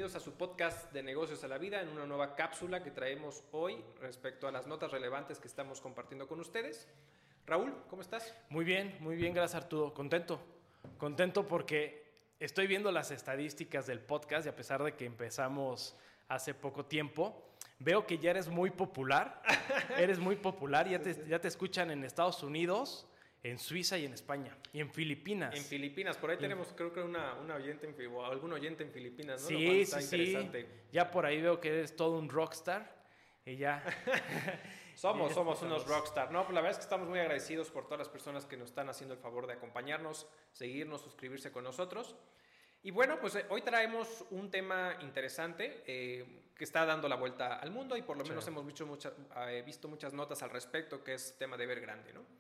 bienvenidos a su podcast de negocios a la vida en una nueva cápsula que traemos hoy respecto a las notas relevantes que estamos compartiendo con ustedes. Raúl, ¿cómo estás? Muy bien, gracias Arturo. Contento porque estoy viendo las estadísticas del podcast y a pesar de que empezamos hace poco tiempo, veo que ya eres muy popular. Ya te escuchan en Estados Unidos, en Suiza y en España. Y en Filipinas. En Filipinas, por ahí tenemos creo que una oyente o algún oyente en Filipinas, ¿no? Sí, está interesante. Ya por ahí veo que eres todo un rockstar. Y ya. somos unos rockstar. No, pues la verdad es que estamos muy agradecidos por todas las personas que nos están haciendo el favor de acompañarnos, seguirnos, suscribirse con nosotros. Y bueno, pues hoy traemos un tema interesante que está dando la vuelta al mundo y por lo menos hemos visto muchas notas al respecto, que es el tema de Evergrande, ¿no?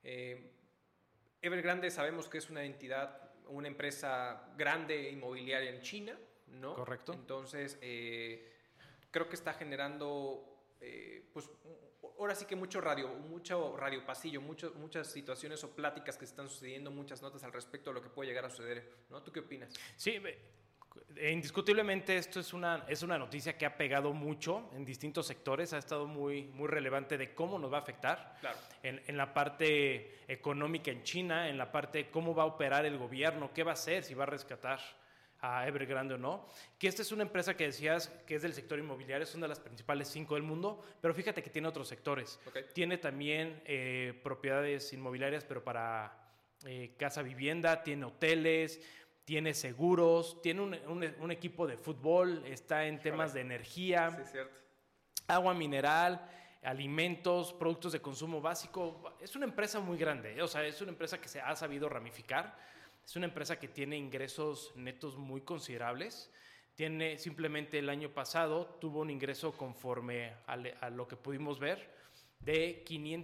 Evergrande sabemos que es una empresa grande inmobiliaria en China, ¿no? Correcto. Entonces, creo que está generando, pues, ahora sí que mucho radio pasillo, muchas situaciones o pláticas que están sucediendo, muchas notas al respecto de lo que puede llegar a suceder, ¿no? ¿Tú qué opinas? Sí, indiscutiblemente esto es una noticia que ha pegado mucho en distintos sectores, ha estado muy relevante de cómo nos va a afectar. Claro. En la parte económica en China, en la parte de cómo va a operar el gobierno, qué va a hacer, si va a rescatar a Evergrande o no. Que esta es una empresa que decías que es del sector inmobiliario, es una de las principales 5 del mundo, pero fíjate que tiene otros sectores. Okay. Tiene también propiedades inmobiliarias, pero para casa vivienda, tiene hoteles, tiene seguros, tiene un equipo de fútbol, está en temas de energía, sí, cierto. Agua mineral, alimentos, productos de consumo básico. Es una empresa muy grande, o sea, es una empresa que se ha sabido ramificar, es una empresa que tiene ingresos netos muy considerables. Simplemente el año pasado tuvo un ingreso conforme a lo que pudimos ver de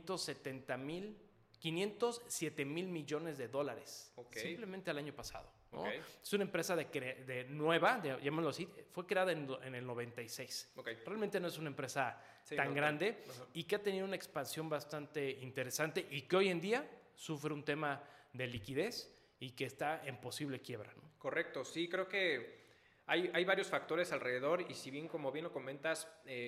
507 mil millones de dólares. Okay. Simplemente el año pasado, ¿no? Okay. Es una empresa nueva, llamémoslo así, fue creada en el 96. Okay. Realmente no es una empresa tan grande y que ha tenido una expansión bastante interesante y que hoy en día sufre un tema de liquidez y que está en posible quiebra, ¿no? Correcto, sí, creo que hay varios factores alrededor y si bien, como bien lo comentas,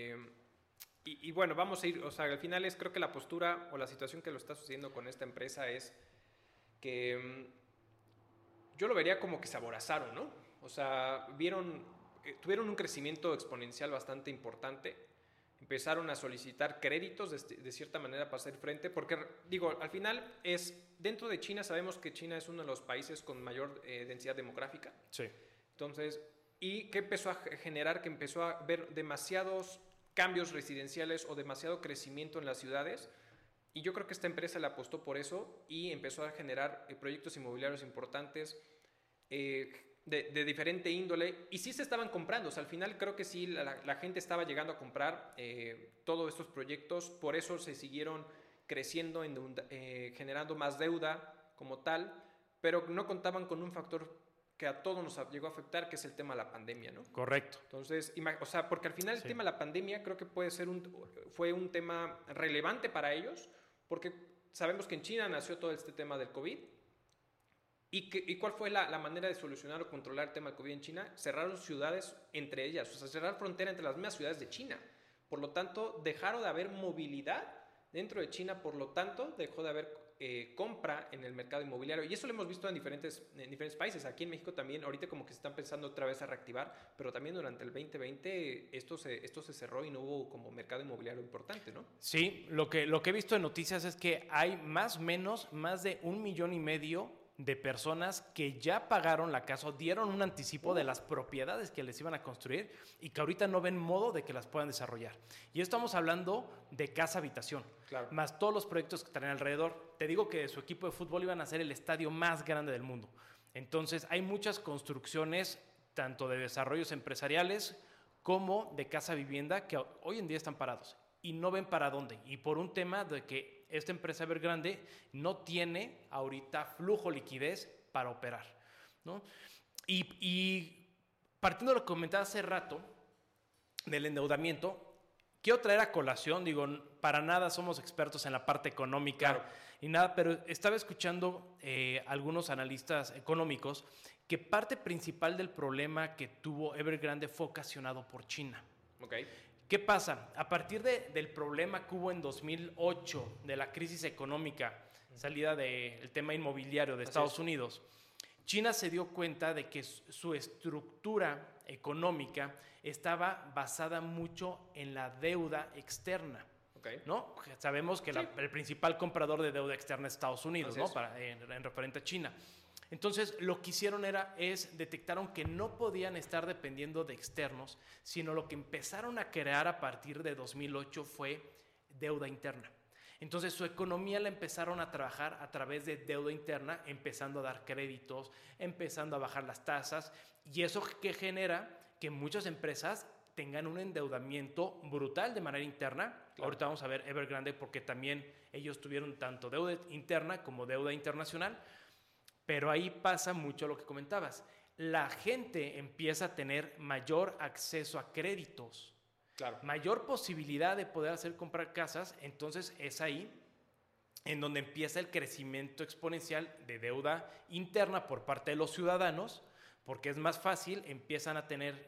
y bueno, vamos a ir, o sea, al final creo que la postura o la situación que lo está sucediendo con esta empresa es que yo lo vería como que se aborazaron, ¿no? O sea, tuvieron un crecimiento exponencial bastante importante, empezaron a solicitar créditos de cierta manera para hacer frente, porque digo, al final dentro de China sabemos que China es uno de los países con mayor densidad demográfica. Sí. Entonces, ¿y qué empezó a generar? Que empezó a haber demasiados cambios residenciales o demasiado crecimiento en las ciudades y yo creo que esta empresa le apostó por eso y empezó a generar proyectos inmobiliarios importantes de diferente índole y sí se estaban comprando, o sea, al final creo que sí la gente estaba llegando a comprar todos estos proyectos, por eso se siguieron creciendo, generando más deuda como tal, pero no contaban con un factor que a todos nos llegó a afectar, que es el tema de la pandemia, ¿no? Correcto. Entonces, o sea, porque al final el tema de la pandemia creo que fue un tema relevante para ellos, porque sabemos que en China nació todo este tema del COVID. ¿Y cuál fue la manera de solucionar o controlar el tema del COVID en China? Cerraron ciudades entre ellas, o sea, cerrar frontera entre las mismas ciudades de China. Por lo tanto, dejaron de haber movilidad dentro de China, por lo tanto, dejó de haber compra en el mercado inmobiliario. Y eso lo hemos visto en diferentes países. Aquí en México también, ahorita como que se están pensando otra vez a reactivar, pero también durante el 2020 esto se cerró y no hubo como mercado inmobiliario importante, ¿no? Sí, lo que he visto en noticias es que hay más de 1,5 millones de personas que ya pagaron la casa o dieron un anticipo de las propiedades que les iban a construir y que ahorita no ven modo de que las puedan desarrollar. Y estamos hablando de casa-habitación, claro, más todos los proyectos que traen alrededor. Te digo que su equipo de fútbol iban a ser el estadio más grande del mundo. Entonces hay muchas construcciones, tanto de desarrollos empresariales como de casa-vivienda, que hoy en día están parados y no ven para dónde. Y por un tema de que esta empresa Evergrande no tiene ahorita flujo liquidez para operar, ¿no? Y partiendo de lo que comentaba hace rato del endeudamiento, quiero traer a colación, digo, para nada somos expertos en la parte económica, Claro. y nada, pero estaba escuchando algunos analistas económicos que parte principal del problema que tuvo Evergrande fue ocasionado por China. Okay. ¿Qué pasa? A partir del problema que hubo en 2008, de la crisis económica, salida del tema inmobiliario de Estados Unidos, China se dio cuenta de que su estructura económica estaba basada mucho en la deuda externa. Okay. ¿No? Sabemos que el principal comprador de deuda externa es Estados Unidos, ¿no? En referente a China. Entonces, lo que hicieron detectaron que no podían estar dependiendo de externos, sino lo que empezaron a crear a partir de 2008 fue deuda interna. Entonces, su economía la empezaron a trabajar a través de deuda interna, empezando a dar créditos, empezando a bajar las tasas, y eso que genera que muchas empresas tengan un endeudamiento brutal de manera interna. Claro. Ahorita vamos a ver Evergrande porque también ellos tuvieron tanto deuda interna como deuda internacional, pero ahí pasa mucho lo que comentabas. La gente empieza a tener mayor acceso a créditos, claro, mayor posibilidad de poder comprar casas, entonces es ahí en donde empieza el crecimiento exponencial de deuda interna por parte de los ciudadanos, porque es más fácil, empiezan a tener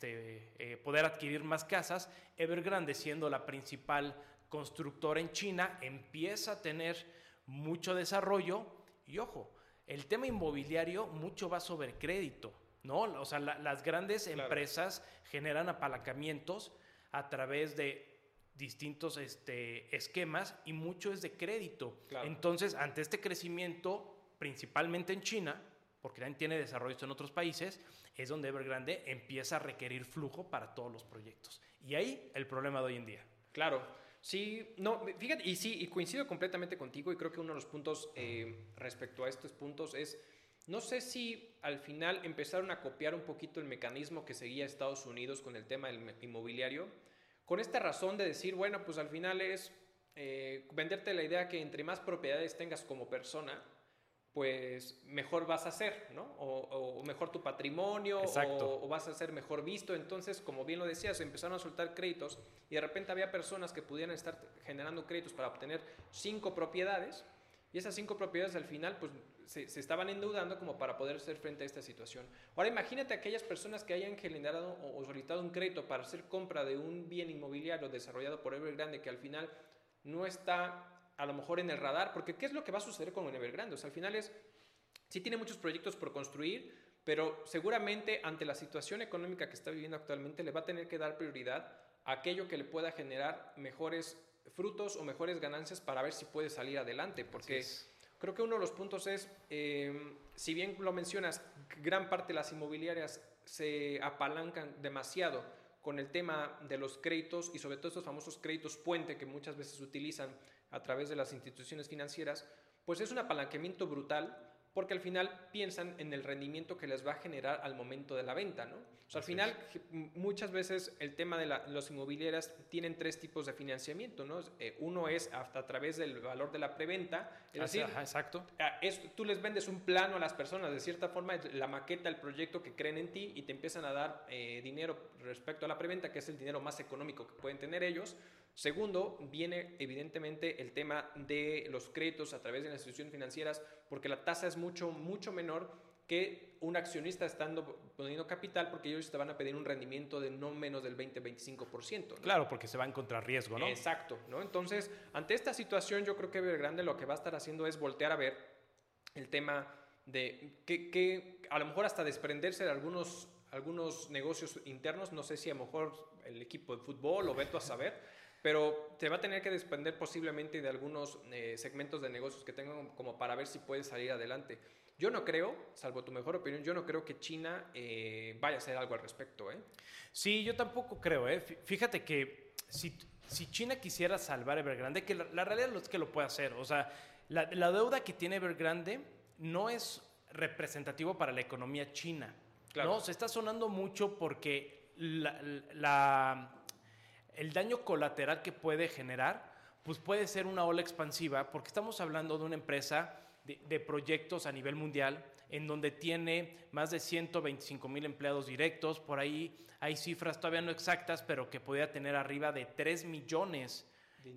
poder adquirir más casas. Evergrande, siendo la principal constructora en China, empieza a tener mucho desarrollo. Y ojo, el tema inmobiliario mucho va sobre crédito, ¿no? O sea, las grandes empresas generan apalancamientos a través de distintos esquemas y mucho es de crédito. Claro. Entonces, ante este crecimiento, principalmente en China, porque también tiene desarrollos en otros países, es donde Evergrande empieza a requerir flujo para todos los proyectos. Y ahí el problema de hoy en día. Claro, sí, no, fíjate, y coincido completamente contigo, y creo que uno de los puntos respecto a estos puntos es, no sé si al final empezaron a copiar un poquito el mecanismo que seguía Estados Unidos con el tema del inmobiliario, con esta razón de decir, bueno, pues al final es venderte la idea que entre más propiedades tengas como persona, pues mejor vas a ser, ¿no? O mejor tu patrimonio, o vas a ser mejor visto. Entonces, como bien lo decías, empezaron a soltar créditos y de repente había personas que pudieran estar generando créditos para obtener 5 propiedades y esas 5 propiedades al final pues se estaban endeudando como para poder hacer frente a esta situación. Ahora imagínate aquellas personas que hayan generado o solicitado un crédito para hacer compra de un bien inmobiliario desarrollado por Evergrande que al final no está a lo mejor en el radar, porque ¿qué es lo que va a suceder con Evergrande? O sea, al final sí tiene muchos proyectos por construir, pero seguramente ante la situación económica que está viviendo actualmente le va a tener que dar prioridad a aquello que le pueda generar mejores frutos o mejores ganancias para ver si puede salir adelante, porque creo que uno de los puntos es, si bien lo mencionas, gran parte de las inmobiliarias se apalancan demasiado con el tema de los créditos y sobre todo estos famosos créditos puente que muchas veces utilizan a través de las instituciones financieras, pues es un apalancamiento brutal porque al final piensan en el rendimiento que les va a generar al momento de la venta, ¿no? O sea, al final muchas veces el tema de los inmobiliarias tienen 3 tipos de financiamiento, ¿no? Uno es hasta a través del valor de la preventa, es decir, exacto. Tú les vendes un plano a las personas, de cierta forma, la maqueta, el proyecto que creen en ti y te empiezan a dar dinero respecto a la preventa, que es el dinero más económico que pueden tener ellos. Segundo, viene evidentemente el tema de los créditos a través de las instituciones financieras, porque la tasa es mucho, mucho menor que un accionista estando poniendo capital, porque ellos te van a pedir un rendimiento de no menos del 20-25%, ¿no? Claro, porque se va a encontrar riesgo, ¿no? Exacto, ¿no? Entonces, ante esta situación, yo creo que Evergrande lo que va a estar haciendo es voltear a ver el tema de que a lo mejor hasta desprenderse de algunos negocios internos, no sé si a lo mejor el equipo de fútbol o veto a saber, pero te va a tener que desprender posiblemente de algunos segmentos de negocios que tengan como para ver si puede salir adelante. Yo no creo, salvo tu mejor opinión, yo no creo que China vaya a hacer algo al respecto, ¿eh? Sí, yo tampoco creo, ¿eh? Fíjate que si China quisiera salvar Evergrande, que la realidad es que lo puede hacer. O sea, la deuda que tiene Evergrande no es representativo para la economía china. Claro. ¿No? Se está sonando mucho porque el daño colateral que puede generar, pues puede ser una ola expansiva, porque estamos hablando de una empresa de proyectos a nivel mundial, en donde tiene más de 125,000 empleados directos. Por ahí hay cifras todavía no exactas, pero que podría tener arriba de 3 millones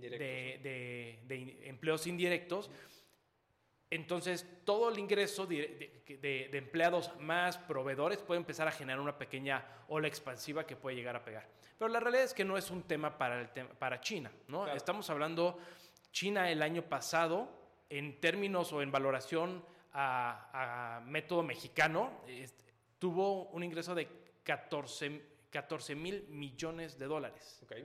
de empleos indirectos. Entonces, todo el ingreso de empleados más proveedores puede empezar a generar una pequeña ola expansiva que puede llegar a pegar. Pero la realidad es que no es un tema para China, ¿no? Claro. Estamos hablando, China el año pasado, en términos o en valoración a método mexicano, tuvo un ingreso de 14,000 millones de dólares. Okay.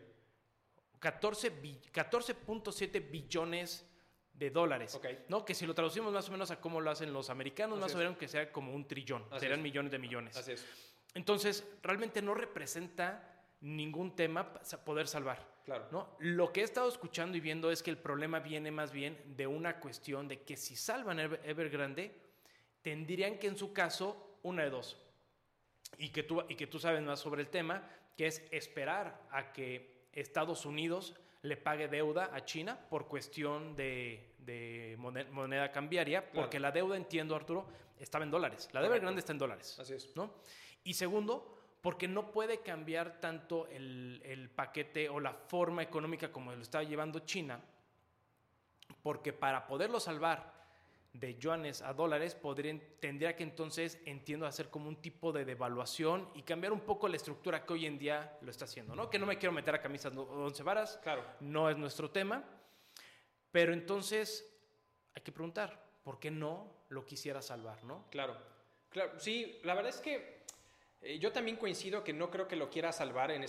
14.7 billones de dólares, okay, ¿no? Que si lo traducimos más o menos a cómo lo hacen los americanos, más o menos que sea como 1 trillón, serían millones de millones. Así es. Entonces, realmente no representa ningún tema poder salvar. Claro. ¿No? Lo que he estado escuchando y viendo es que el problema viene más bien de una cuestión de que si salvan Evergrande, tendrían que en su caso, una de dos, y que tú sabes más sobre el tema, que es esperar a que Estados Unidos le pague deuda a China por cuestión de moneda cambiaria, claro, porque la deuda, entiendo, Arturo, estaba en dólares. La deuda grande está en dólares. Así es. ¿No? Y segundo, porque no puede cambiar tanto el paquete o la forma económica como lo está llevando China, porque para poderlo salvar de yuanes a dólares, tendría que entonces, entiendo, hacer como un tipo de devaluación y cambiar un poco la estructura que hoy en día lo está haciendo, ¿no? Que no me quiero meter a camisas 11 varas, claro, no es nuestro tema, pero entonces hay que preguntar, ¿por qué no lo quisiera salvar, no? Claro, claro, sí, la verdad es que yo también coincido que no creo que lo quiera salvar en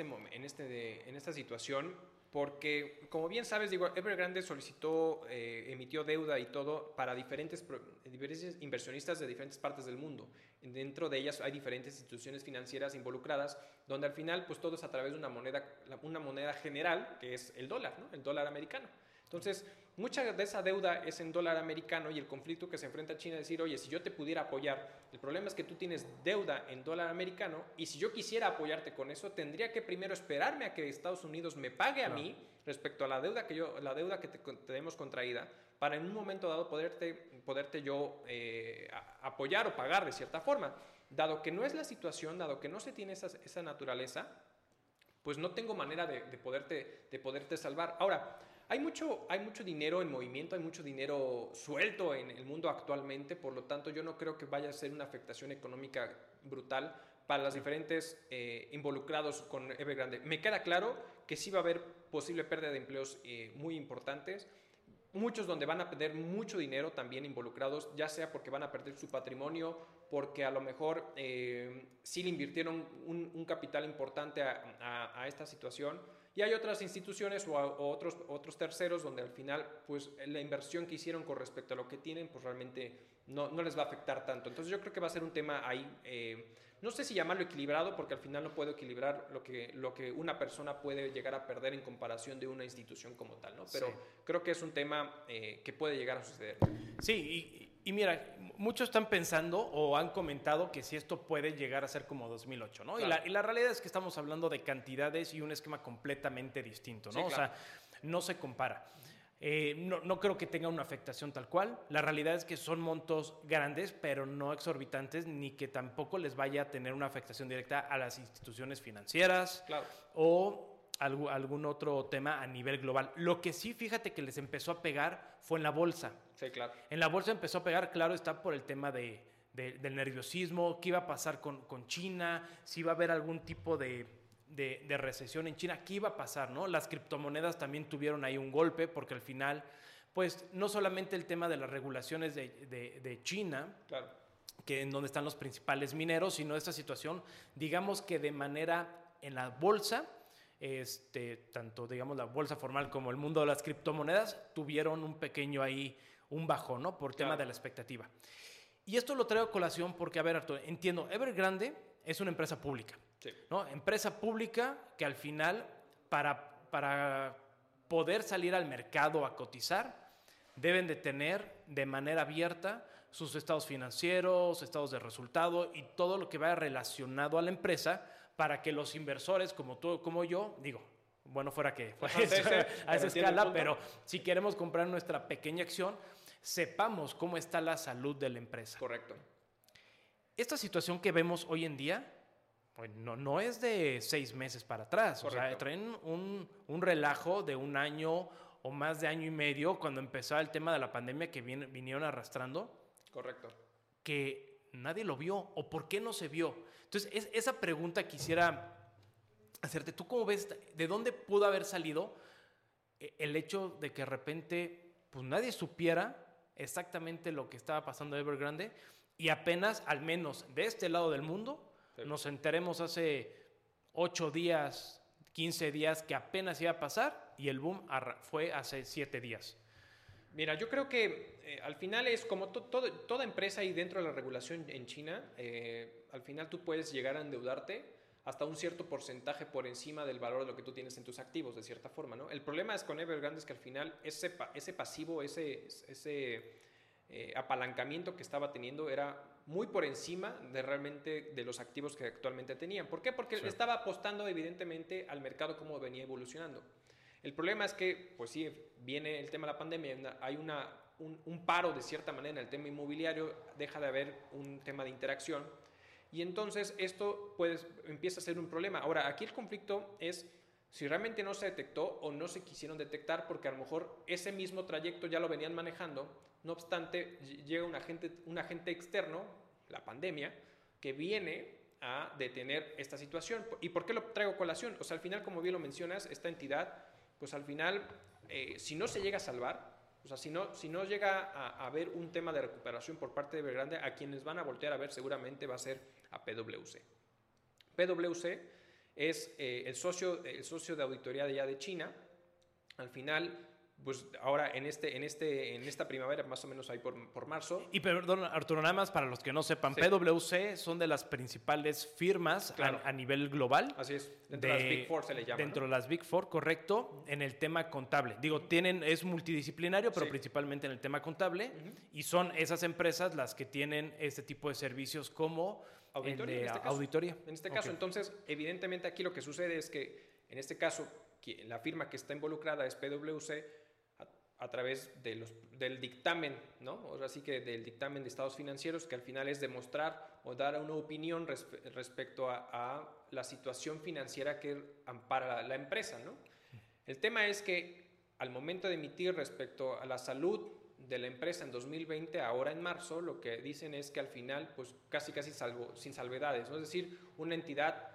esta situación, porque, como bien sabes, digo, Evergrande emitió deuda y todo para diferentes inversionistas de diferentes partes del mundo. Dentro de ellas hay diferentes instituciones financieras involucradas, donde al final pues todo es a través de una moneda general, que es el dólar, ¿no? El dólar americano. Entonces, mucha de esa deuda es en dólar americano, y el conflicto que se enfrenta China es decir, oye, si yo te pudiera apoyar, el problema es que tú tienes deuda en dólar americano, y si yo quisiera apoyarte con eso, tendría que primero esperarme a que Estados Unidos me pague a mí respecto a la deuda que tenemos contraída, para en un momento dado poderte yo apoyar o pagar de cierta forma. Dado que no es la situación, dado que no se tiene esa naturaleza, pues no tengo manera de poderte salvar. Ahora, hay mucho dinero en movimiento, hay mucho dinero suelto en el mundo actualmente, por lo tanto yo no creo que vaya a ser una afectación económica brutal para los diferentes involucrados con Evergrande. Me queda claro que sí va a haber posible pérdida de empleos muy importantes, muchos donde van a perder mucho dinero también involucrados, ya sea porque van a perder su patrimonio, porque a lo mejor sí le invirtieron un capital importante a esta situación. Y hay otras instituciones o otros terceros donde al final pues la inversión que hicieron con respecto a lo que tienen pues realmente no les va a afectar tanto. Entonces yo creo que va a ser un tema ahí, no sé si llamarlo equilibrado, porque al final no puedo equilibrar lo que una persona puede llegar a perder en comparación de una institución como tal, ¿no? Pero sí, creo que es un tema que puede llegar a suceder. Sí, y mira, muchos están pensando o han comentado que si esto puede llegar a ser como 2008, ¿no? Claro. Y la realidad es que estamos hablando de cantidades y un esquema completamente distinto, ¿no? Sí, claro. O sea, no se compara. No creo que tenga una afectación tal cual. La realidad es que son montos grandes, pero no exorbitantes, ni que tampoco les vaya a tener una afectación directa a las instituciones financieras, claro, o algún otro tema a nivel global. Lo que sí, fíjate que les empezó a pegar fue en la bolsa. Sí, claro. En la bolsa empezó a pegar, claro, está por el tema del nerviosismo, qué iba a pasar con China, si iba a haber algún tipo de recesión en China, qué iba a pasar, ¿no? Las criptomonedas también tuvieron ahí un golpe, porque al final, pues, no solamente el tema de las regulaciones de China, claro, que en donde están los principales mineros, sino esta situación, digamos que de manera en la bolsa, tanto digamos la bolsa formal como el mundo de las criptomonedas tuvieron un pequeño ahí, un bajón, ¿no? Por tema de la expectativa. Y esto lo traigo a colación porque, a ver, Arturo, entiendo, Evergrande es una empresa pública, sí, ¿no? Empresa pública que al final, para poder salir al mercado a cotizar, deben de tener de manera abierta sus estados financieros, estados de resultado y todo lo que vaya relacionado a la empresa, para que los inversores, como tú, como yo, digo, bueno, fuera que a esa escala, pero si queremos comprar nuestra pequeña acción, sepamos cómo está la salud de la empresa. Correcto. Esta situación que vemos hoy en día, pues no es de 6 meses para atrás. Correcto. O sea, traen un relajo de 1 año o más de 1 año y medio cuando empezó el tema de la pandemia que vinieron arrastrando. Correcto. Que nadie lo vio, o por qué no se vio. Entonces, esa pregunta quisiera hacerte. ¿Tú cómo ves, de dónde pudo haber salido el hecho de que de repente pues nadie supiera exactamente lo que estaba pasando en Evergrande y apenas, al menos de este lado del mundo, sí, nos enteremos hace 8 días, 15 días que apenas iba a pasar y el boom fue hace 7 días? Mira, yo creo que al final es como toda empresa y dentro de la regulación en China, al final tú puedes llegar a endeudarte hasta un cierto porcentaje por encima del valor de lo que tú tienes en tus activos, de cierta forma, ¿no? El problema es con Evergrande es que al final ese pasivo, ese apalancamiento que estaba teniendo era muy por encima de realmente de los activos que actualmente tenían. ¿Por qué? Porque sí, estaba apostando evidentemente al mercado como venía evolucionando. El problema es que, pues sí, viene el tema de la pandemia, hay un paro de cierta manera en el tema inmobiliario, deja de haber un tema de interacción y entonces esto pues empieza a ser un problema. Ahora, aquí el conflicto es si realmente no se detectó o no se quisieron detectar porque a lo mejor ese mismo trayecto ya lo venían manejando, no obstante llega un agente externo, la pandemia, que viene a detener esta situación. ¿Y por qué lo traigo a colación? O sea, al final, como bien lo mencionas, esta entidad pues al final, si no se llega a salvar, o sea, si no llega a haber un tema de recuperación por parte de Evergrande, a quienes van a voltear a ver seguramente va a ser a PwC. PwC es el socio de auditoría de allá de China. Al final, pues ahora en esta primavera, más o menos ahí por marzo. Y perdón, Arturo, nada más para los que no sepan, sí, PwC son de las principales firmas, claro, a nivel global. Así es, dentro de las Big Four se le llama. Dentro de las Big Four, correcto, en el tema contable. Digo, es multidisciplinario, pero sí, principalmente en el tema contable, y son esas empresas las que tienen este tipo de servicios como auditoría. En este caso, entonces, evidentemente aquí lo que sucede es que, en este caso, la firma que está involucrada es PwC, a través del dictamen, ¿no? O sea, así que del dictamen de estados financieros, que al final es demostrar o dar una opinión respecto a la situación financiera que ampara la empresa, ¿no? El tema es que al momento de emitir respecto a la salud de la empresa en 2020, ahora en marzo, lo que dicen es que al final, pues casi sin salvedades, ¿no? Es decir, una entidad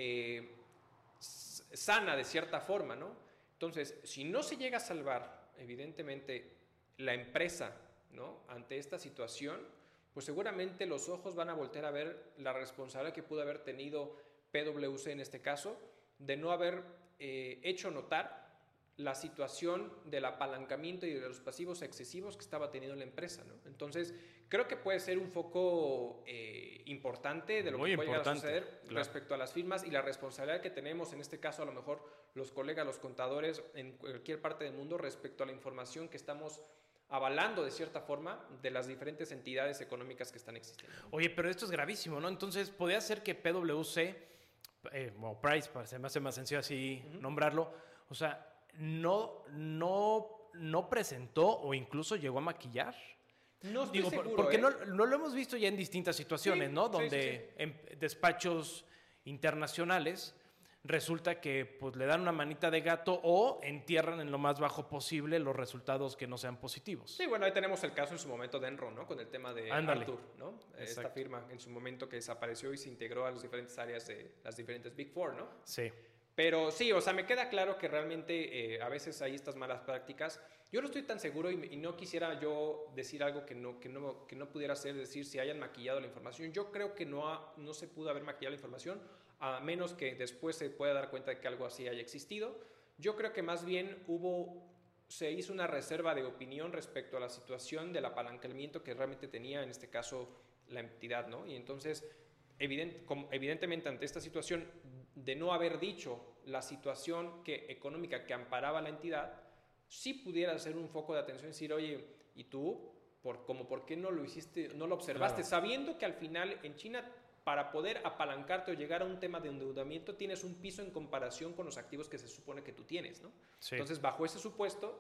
sana de cierta forma, ¿no? Entonces, si no se llega a salvar evidentemente la empresa, ¿no? Ante esta situación, pues seguramente los ojos van a voltear a ver la responsabilidad que pudo haber tenido PwC en este caso, de no haber hecho notar la situación del apalancamiento y de los pasivos excesivos que estaba teniendo la empresa, ¿no? Entonces, creo que puede ser un foco importante de lo que puede llegar a suceder, claro, respecto a las firmas y la responsabilidad que tenemos, en este caso a lo mejor los colegas, los contadores en cualquier parte del mundo respecto a la información que estamos avalando de cierta forma de las diferentes entidades económicas que están existiendo. Oye, pero esto es gravísimo, ¿no? Entonces, ¿podría ser que PwC, o Price, se me hace más sencillo así nombrarlo, o sea, no presentó o incluso llegó a maquillar? No estoy seguro, porque no lo hemos visto ya en distintas situaciones, sí, ¿no? Donde sí. En despachos internacionales resulta que pues le dan una manita de gato o entierran en lo más bajo posible los resultados que no sean positivos. Sí, bueno, ahí tenemos el caso en su momento de Enron, ¿no? Con el tema de Arthur, ¿no? Exacto. Esta firma en su momento que desapareció y se integró a las diferentes áreas de las diferentes Big Four, ¿no? Sí. Pero sí, o sea, me queda claro que realmente a veces hay estas malas prácticas. Yo no estoy tan seguro y no quisiera yo decir algo que no pudiera ser, decir si hayan maquillado la información. Yo creo que no se pudo haber maquillado la información, a menos que después se pueda dar cuenta de que algo así haya existido. Yo creo que más bien se hizo una reserva de opinión respecto a la situación del apalancamiento que realmente tenía, en este caso, la entidad, ¿no? Y entonces, evidentemente, ante esta situación de no haber dicho la situación económica que amparaba la entidad, sí pudiera ser un foco de atención y decir, oye, ¿y tú? ¿Por qué no lo hiciste, no lo observaste? Claro. Sabiendo que al final en China, para poder apalancarte o llegar a un tema de endeudamiento, tienes un piso en comparación con los activos que se supone que tú tienes, ¿no? Sí. Entonces, bajo ese supuesto,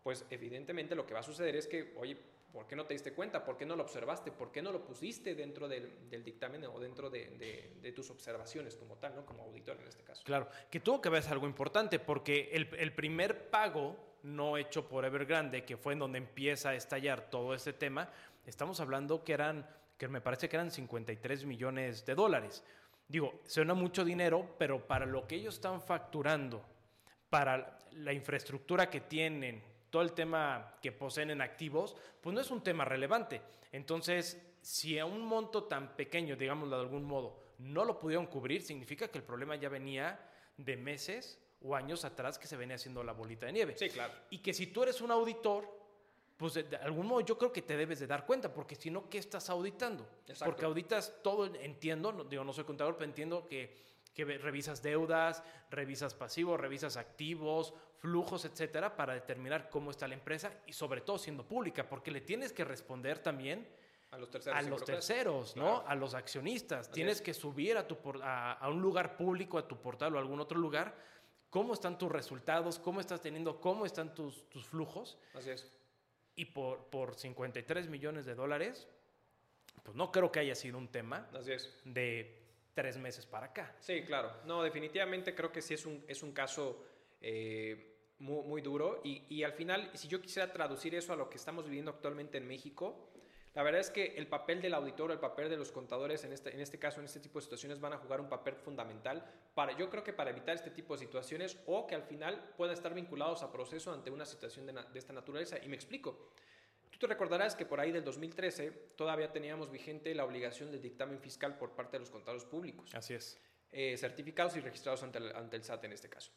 pues evidentemente lo que va a suceder es que, oye, ¿por qué no te diste cuenta? ¿Por qué no lo observaste? ¿Por qué no lo pusiste dentro del dictamen o dentro de tus observaciones como tal, ¿no? Como auditor en este caso? Claro, que tuvo que ver es algo importante porque el primer pago no hecho por Evergrande, que fue en donde empieza a estallar todo este tema, estamos hablando que me parece que eran $53 millones. Digo, suena mucho dinero, pero para lo que ellos están facturando, para la infraestructura que tienen, todo el tema que poseen en activos, pues no es un tema relevante. Entonces, si a un monto tan pequeño, digámoslo de algún modo, no lo pudieron cubrir, significa que el problema ya venía de meses o años atrás que se venía haciendo la bolita de nieve. Sí, claro. Y que si tú eres un auditor, pues de algún modo yo creo que te debes de dar cuenta, porque si no, ¿qué estás auditando? Exacto. Porque auditas todo, entiendo, no soy contador, pero entiendo que revisas deudas, revisas pasivos, revisas activos, flujos, etcétera, para determinar cómo está la empresa y sobre todo siendo pública, porque le tienes que responder también a los terceros, ¿no? Claro. A los accionistas. Así Tienes es. que subir a un lugar público, a tu portal o a algún otro lugar, cómo están tus resultados, cómo cómo están tus flujos. Así es. Y por $53 millones, pues no creo que haya sido un tema Así es. de 3 meses para acá. Sí, claro. No, definitivamente creo que sí es un caso muy, muy duro. Y al final, si yo quisiera traducir eso a lo que estamos viviendo actualmente en México, la verdad es que el papel del auditor, el papel de los contadores en este caso, en este tipo de situaciones, van a jugar un papel fundamental yo creo que para evitar este tipo de situaciones o que al final puedan estar vinculados a proceso ante una situación de esta naturaleza. Y me explico. Tú te recordarás que por ahí del 2013 todavía teníamos vigente la obligación del dictamen fiscal por parte de los contadores públicos. Así es. Certificados y registrados ante el SAT en este caso.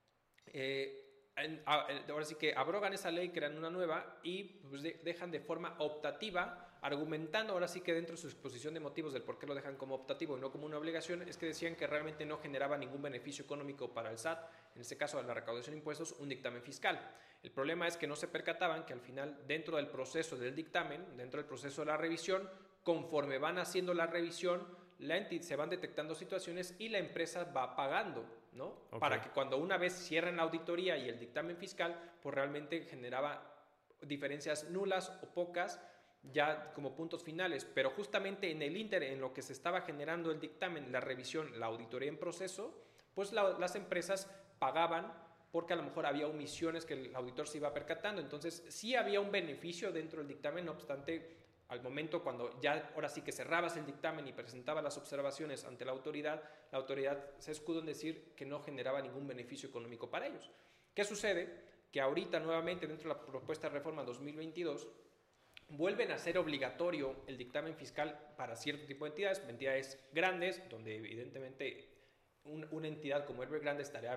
Ahora sí que abrogan esa ley, crean una nueva y pues dejan de forma optativa, argumentando ahora sí que dentro de su exposición de motivos del por qué lo dejan como optativo y no como una obligación, es que decían que realmente no generaba ningún beneficio económico para el SAT, en este caso de la recaudación de impuestos, un dictamen fiscal. El problema es que no se percataban que al final, dentro del proceso del dictamen, dentro del proceso de la revisión, conforme van haciendo la revisión, se van detectando situaciones y la empresa va pagando, ¿no? Okay. Para que cuando una vez cierren la auditoría y el dictamen fiscal, pues realmente generaba diferencias nulas o pocas ya como puntos finales, pero justamente en el ínter, en lo que se estaba generando el dictamen, la revisión, la auditoría en proceso, pues las empresas pagaban porque a lo mejor había omisiones que el auditor se iba percatando, entonces sí había un beneficio dentro del dictamen, no obstante, al momento cuando ya ahora sí que cerrabas el dictamen y presentabas las observaciones ante la autoridad se escudó en decir que no generaba ningún beneficio económico para ellos. ¿Qué sucede? Que ahorita nuevamente dentro de la propuesta de reforma 2022 vuelven a ser obligatorio el dictamen fiscal para cierto tipo de entidades grandes, donde evidentemente una entidad como Evergrande estaría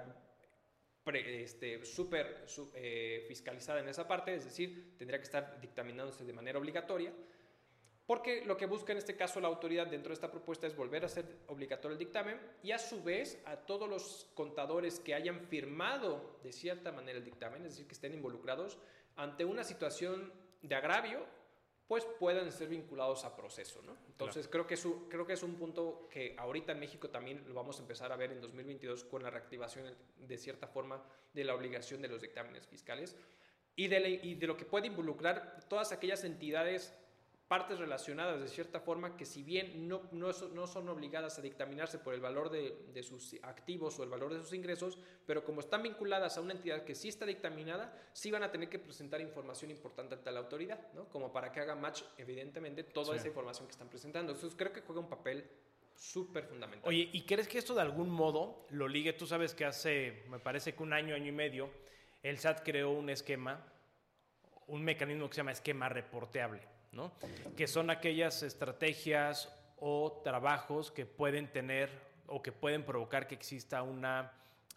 súper fiscalizada en esa parte, es decir, tendría que estar dictaminándose de manera obligatoria, porque lo que busca en este caso la autoridad dentro de esta propuesta es volver a ser obligatorio el dictamen y a su vez a todos los contadores que hayan firmado de cierta manera el dictamen, es decir, que estén involucrados ante una situación de agravio, pues puedan ser vinculados a proceso, ¿no? Entonces claro. creo que es un punto que ahorita en México también lo vamos a empezar a ver en 2022 con la reactivación de cierta forma de la obligación de los dictámenes fiscales y de lo que puede involucrar todas aquellas entidades, partes relacionadas de cierta forma que si bien no son obligadas a dictaminarse por el valor de sus activos o el valor de sus ingresos, pero como están vinculadas a una entidad que sí está dictaminada, sí van a tener que presentar información importante ante la autoridad, ¿no? Como para que haga match evidentemente toda esa información que están presentando. Entonces creo que juega un papel súper fundamental. Oye, ¿y crees que esto de algún modo lo ligue? Tú sabes que hace, me parece que un año y medio, el SAT creó un mecanismo que se llama esquema reporteable, ¿no? Que son aquellas estrategias o trabajos que pueden tener o que pueden provocar que exista una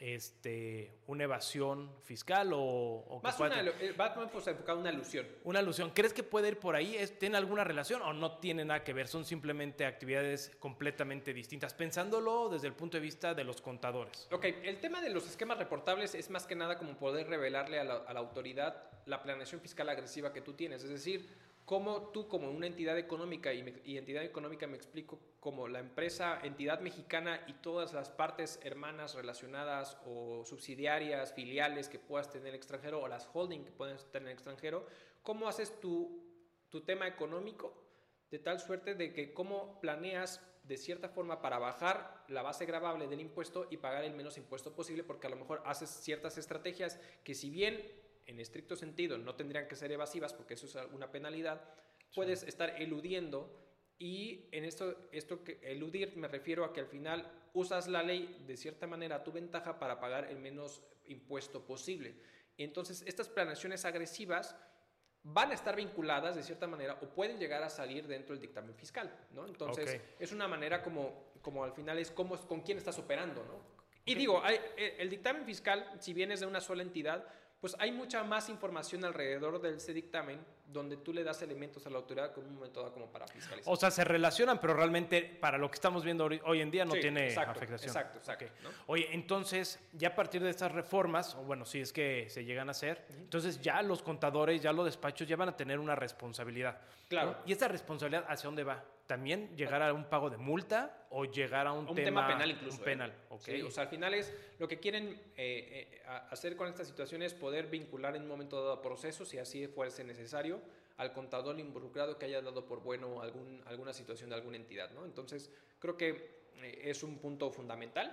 evasión fiscal o más pues enfocado en una alusión. Una alusión. ¿Crees que puede ir por ahí? ¿Tiene alguna relación o no tiene nada que ver? Son simplemente actividades completamente distintas, pensándolo desde el punto de vista de los contadores. Ok, el tema de los esquemas reportables es más que nada como poder revelarle a la autoridad la planeación fiscal agresiva que tú tienes. Es decir, cómo tú como una entidad económica, y entidad económica me explico como la empresa, entidad mexicana y todas las partes hermanas relacionadas o subsidiarias, filiales que puedas tener en el extranjero o las holding que puedas tener en el extranjero, cómo haces tu tema económico de tal suerte de que cómo planeas de cierta forma para bajar la base gravable del impuesto y pagar el menos impuesto posible, porque a lo mejor haces ciertas estrategias que, si bien en estricto sentido no tendrían que ser evasivas porque eso es una penalidad, puedes estar eludiendo. Y en esto que eludir me refiero a que al final usas la ley de cierta manera a tu ventaja para pagar el menos impuesto posible. Entonces estas planeaciones agresivas van a estar vinculadas de cierta manera o pueden llegar a salir dentro del dictamen fiscal, ¿no? Entonces es una manera como al final es con quién estás operando, ¿no? Y digo, el dictamen fiscal, si bien es de una sola entidad, pues hay mucha más información alrededor de ese dictamen donde tú le das elementos a la autoridad con un momento dado como para fiscalizar. O sea, se relacionan, pero realmente para lo que estamos viendo hoy en día no tiene afectación. Exacto. ¿No? Oye, entonces, ya a partir de estas reformas, o bueno, si es que se llegan a hacer, entonces ya los contadores, ya los despachos ya van a tener una responsabilidad. Claro. ¿No? ¿Y esta responsabilidad hacia dónde va? ¿También llegar a un pago de multa o llegar a un tema penal incluso? Un penal, Sí, o sea, al final es lo que quieren hacer con esta situación es poder vincular en un momento dado a procesos, si así fuese necesario, al contador involucrado que haya dado por bueno alguna situación de alguna entidad, ¿no? Entonces, creo que es un punto fundamental.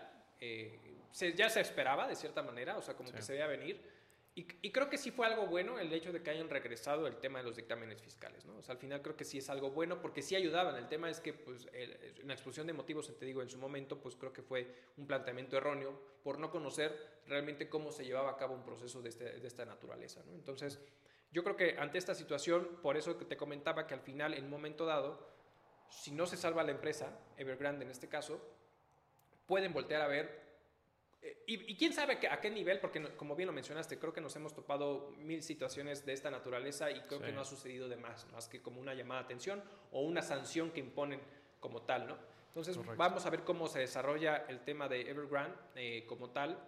Ya se esperaba, de cierta manera, o sea, como que se veía venir. Y creo que sí fue algo bueno el hecho de que hayan regresado el tema de los dictámenes fiscales, ¿no? O sea, al final creo que sí es algo bueno porque sí ayudaban. El tema es que, pues, una explosión de motivos, te digo, en su momento, pues creo que fue un planteamiento erróneo por no conocer realmente cómo se llevaba a cabo un proceso de esta naturaleza, ¿no? Entonces, yo creo que ante esta situación, por eso que te comentaba que al final, en un momento dado, si no se salva la empresa, Evergrande en este caso, pueden voltear a ver. Y quién sabe a qué nivel, porque como bien lo mencionaste, creo que nos hemos topado 1000 situaciones de esta naturaleza y creo que no ha sucedido de más que como una llamada de atención o una sanción que imponen como tal, ¿no? Entonces vamos a ver cómo se desarrolla el tema de Evergrande como tal.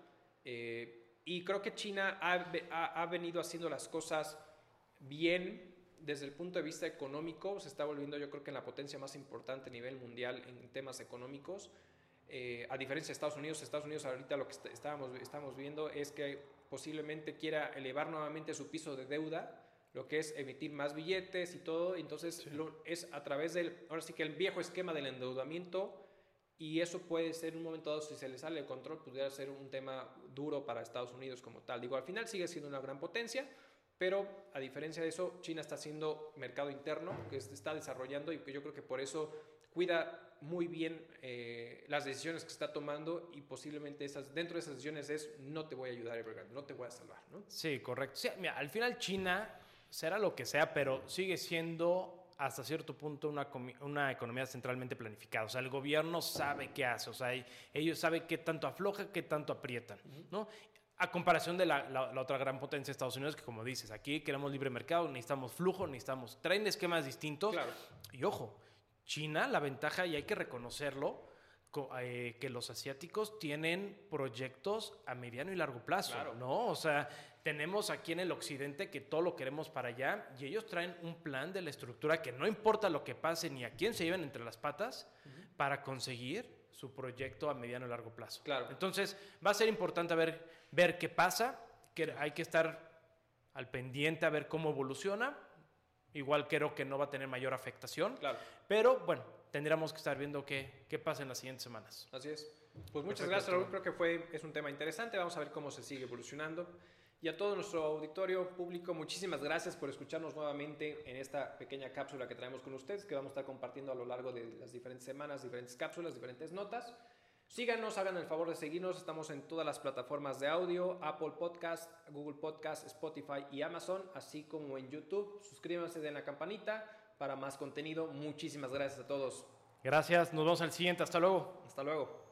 Y creo que China ha venido haciendo las cosas bien desde el punto de vista económico. Se está volviendo, yo creo que, en la potencia más importante a nivel mundial en temas económicos. A diferencia de Estados Unidos ahorita lo que estamos viendo es que posiblemente quiera elevar nuevamente su piso de deuda, lo que es emitir más billetes y todo. Entonces es a través ahora sí que el viejo esquema del endeudamiento, y eso puede ser en un momento dado, si se le sale el control, pudiera ser un tema duro para Estados Unidos como tal. Digo, al final sigue siendo una gran potencia, pero a diferencia de eso, China está haciendo mercado interno, que se está desarrollando, y que yo creo que por eso cuida muy bien las decisiones que está tomando, y posiblemente dentro de esas decisiones es: no te voy a ayudar, Evergrande, no te voy a salvar, ¿no? Sí, correcto. Sí, mira, al final China será lo que sea, pero sigue siendo hasta cierto punto una economía centralmente planificada. O sea, el gobierno sabe qué hace, o sea, ellos saben qué tanto afloja, qué tanto aprietan, ¿no? A comparación de la otra gran potencia, Estados Unidos, que, como dices, aquí queremos libre mercado, necesitamos flujo, traen esquemas distintos. Claro. Y ojo, China, la ventaja, y hay que reconocerlo, que los asiáticos tienen proyectos a mediano y largo plazo, claro, ¿no? O sea, tenemos aquí en el occidente que todo lo queremos para allá, y ellos traen un plan de la estructura que no importa lo que pase ni a quién se lleven entre las patas, para conseguir su proyecto a mediano y largo plazo. Claro. Entonces, va a ser importante ver qué pasa, que hay que estar al pendiente a ver cómo evoluciona. Igual creo que no va a tener mayor afectación, claro, pero bueno, tendríamos que estar viendo qué pasa en las siguientes semanas. Así es. Pues muchas gracias, Raúl. Creo que es un tema interesante. Vamos a ver cómo se sigue evolucionando. Y a todo nuestro auditorio público, muchísimas gracias por escucharnos nuevamente en esta pequeña cápsula que traemos con ustedes, que vamos a estar compartiendo a lo largo de las diferentes semanas, diferentes cápsulas, diferentes notas. Síganos, hagan el favor de seguirnos. Estamos en todas las plataformas de audio: Apple Podcast, Google Podcast, Spotify y Amazon, así como en YouTube. Suscríbanse, den la campanita para más contenido. Muchísimas gracias a todos. Gracias, nos vemos al siguiente. Hasta luego. Hasta luego.